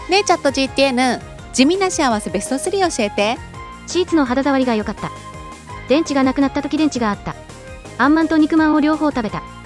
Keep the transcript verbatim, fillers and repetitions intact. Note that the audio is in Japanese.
ねえチャット ジーティーエヌ、 地味な幸せベストスリー教えて。 シーツの肌触りが良かった。電池がなくなった時電池があった。あんまんと肉まんを両方食べた。